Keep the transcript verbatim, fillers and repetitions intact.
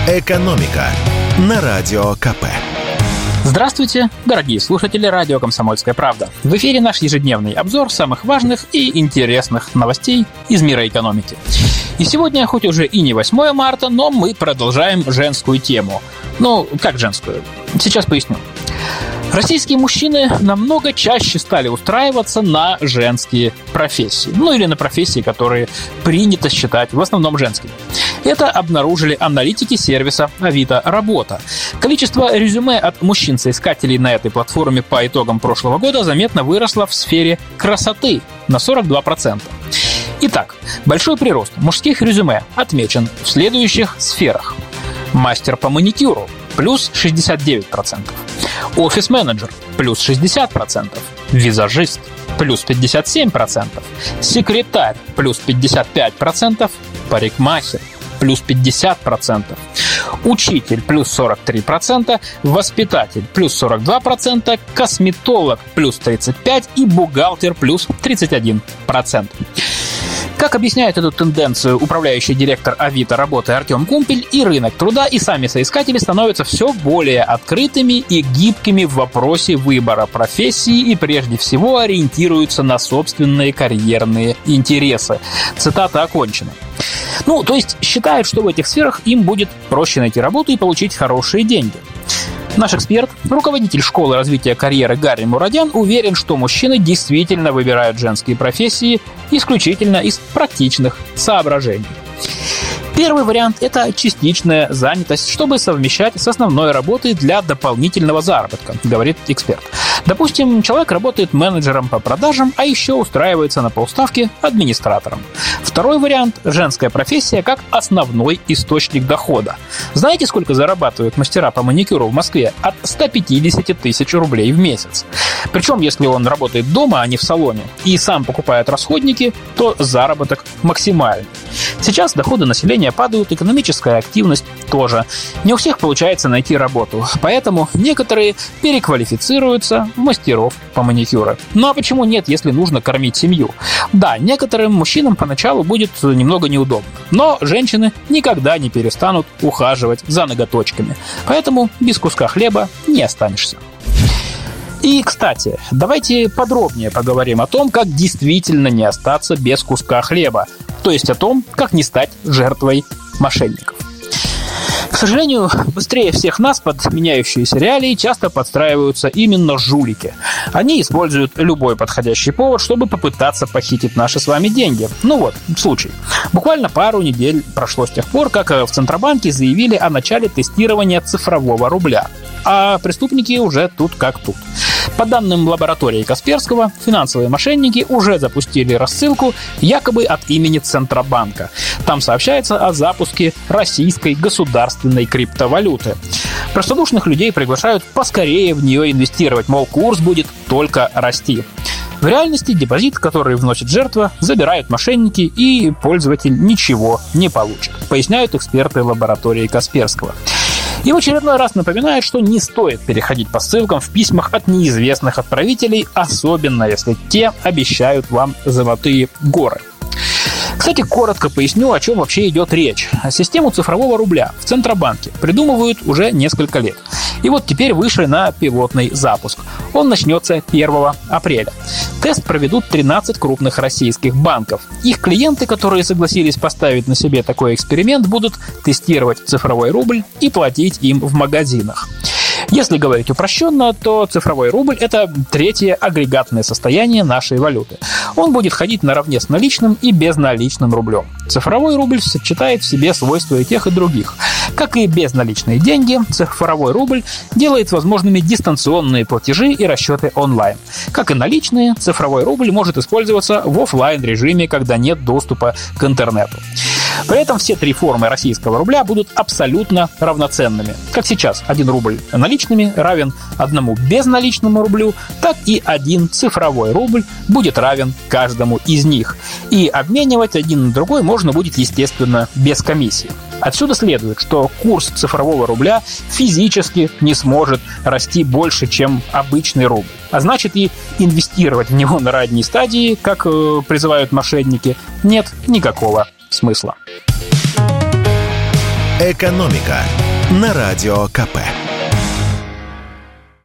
«Экономика» на Радио КП. Здравствуйте, дорогие слушатели радио «Комсомольская правда». В эфире наш ежедневный обзор самых важных и интересных новостей из мира экономики. И сегодня, хоть уже и не восьмое марта, но мы продолжаем женскую тему. Ну, как женскую? Сейчас поясню. Российские мужчины намного чаще стали устраиваться на женские профессии. Ну или на профессии, которые принято считать в основном женскими. Это обнаружили аналитики сервиса Авито Работа. Количество резюме от мужчин-соискателей на этой платформе по итогам прошлого года заметно выросло в сфере красоты на сорок два процента. Итак, большой прирост мужских резюме отмечен в следующих сферах. Мастер по маникюру – плюс шестьдесят девять процентов. Офис-менеджер – плюс шестьдесят процентов. Визажист – плюс пятьдесят семь процентов. Секретарь – плюс пятьдесят пять процентов. Парикмахер – плюс пятьдесят процентов. Учитель – плюс сорок три процента. Воспитатель – плюс сорок два процента. Косметолог – плюс тридцать пять процентов. И бухгалтер – плюс тридцать один процент. Как объясняет эту тенденцию управляющий директор Авито Работы Артем Кумпель, и рынок труда, и сами соискатели становятся все более открытыми и гибкими в вопросе выбора профессии и прежде всего ориентируются на собственные карьерные интересы. Цитата окончена. Ну, то есть считают, что в этих сферах им будет проще найти работу и получить хорошие деньги. Наш эксперт, руководитель школы развития карьеры Гарри Мурадян, уверен, что мужчины действительно выбирают женские профессии исключительно из практичных соображений. Первый вариант – это частичная занятость, чтобы совмещать с основной работой для дополнительного заработка, говорит эксперт. Допустим, человек работает менеджером по продажам, а еще устраивается на полставки администратором. Второй вариант – женская профессия как основной источник дохода. Знаете, сколько зарабатывают мастера по маникюру в Москве? От ста пятидесяти тысяч рублей в месяц. Причем, если он работает дома, а не в салоне, и сам покупает расходники, то заработок максимальный. Сейчас доходы населения падают, экономическая активность тоже. Не у всех получается найти работу, поэтому некоторые переквалифицируются в мастеров по маникюру. Ну а почему нет, если нужно кормить семью? Да, некоторым мужчинам поначалу будет немного неудобно, но женщины никогда не перестанут ухаживать за ноготочками, поэтому без куска хлеба не останешься. И, кстати, давайте подробнее поговорим о том, как действительно не остаться без куска хлеба, то есть о том, как не стать жертвой мошенников. К сожалению, быстрее всех нас под меняющиеся реалии часто подстраиваются именно жулики. Они используют любой подходящий повод, чтобы попытаться похитить наши с вами деньги. Ну вот, случай. Буквально пару недель прошло с тех пор, как в Центробанке заявили о начале тестирования цифрового рубля. А преступники уже тут как тут. По данным лаборатории Касперского, финансовые мошенники уже запустили рассылку якобы от имени Центробанка. Там сообщается о запуске российской государственной криптовалюты. Простодушных людей приглашают поскорее в нее инвестировать, мол, курс будет только расти. В реальности депозит, который вносит жертва, забирают мошенники, и пользователь ничего не получит, поясняют эксперты лаборатории Касперского. И в очередной раз напоминает, что не стоит переходить по ссылкам в письмах от неизвестных отправителей, особенно если те обещают вам золотые горы. Кстати, коротко поясню, о чем вообще идет речь. Систему цифрового рубля в Центробанке придумывают уже несколько лет. И вот теперь вышли на пилотный запуск. Он начнется первого апреля. Тест проведут тринадцать крупных российских банков. Их клиенты, которые согласились поставить на себе такой эксперимент, будут тестировать цифровой рубль и платить им в магазинах. Если говорить упрощенно, то цифровой рубль – это третье агрегатное состояние нашей валюты. Он будет ходить наравне с наличным и безналичным рублем. Цифровой рубль сочетает в себе свойства и тех, и других. Как и безналичные деньги, цифровой рубль делает возможными дистанционные платежи и расчеты онлайн. Как и наличные, цифровой рубль может использоваться в офлайн-режиме, когда нет доступа к интернету. При этом все три формы российского рубля будут абсолютно равноценными. Как сейчас один рубль наличными равен одному безналичному рублю, так и один цифровой рубль будет равен каждому из них. И обменивать один на другой можно будет, естественно, без комиссии. Отсюда следует, что курс цифрового рубля физически не сможет расти больше, чем обычный рубль. А значит, и инвестировать в него на ранней стадии, как э, призывают мошенники, нет никакого смысла. «Экономика» на Радио КП.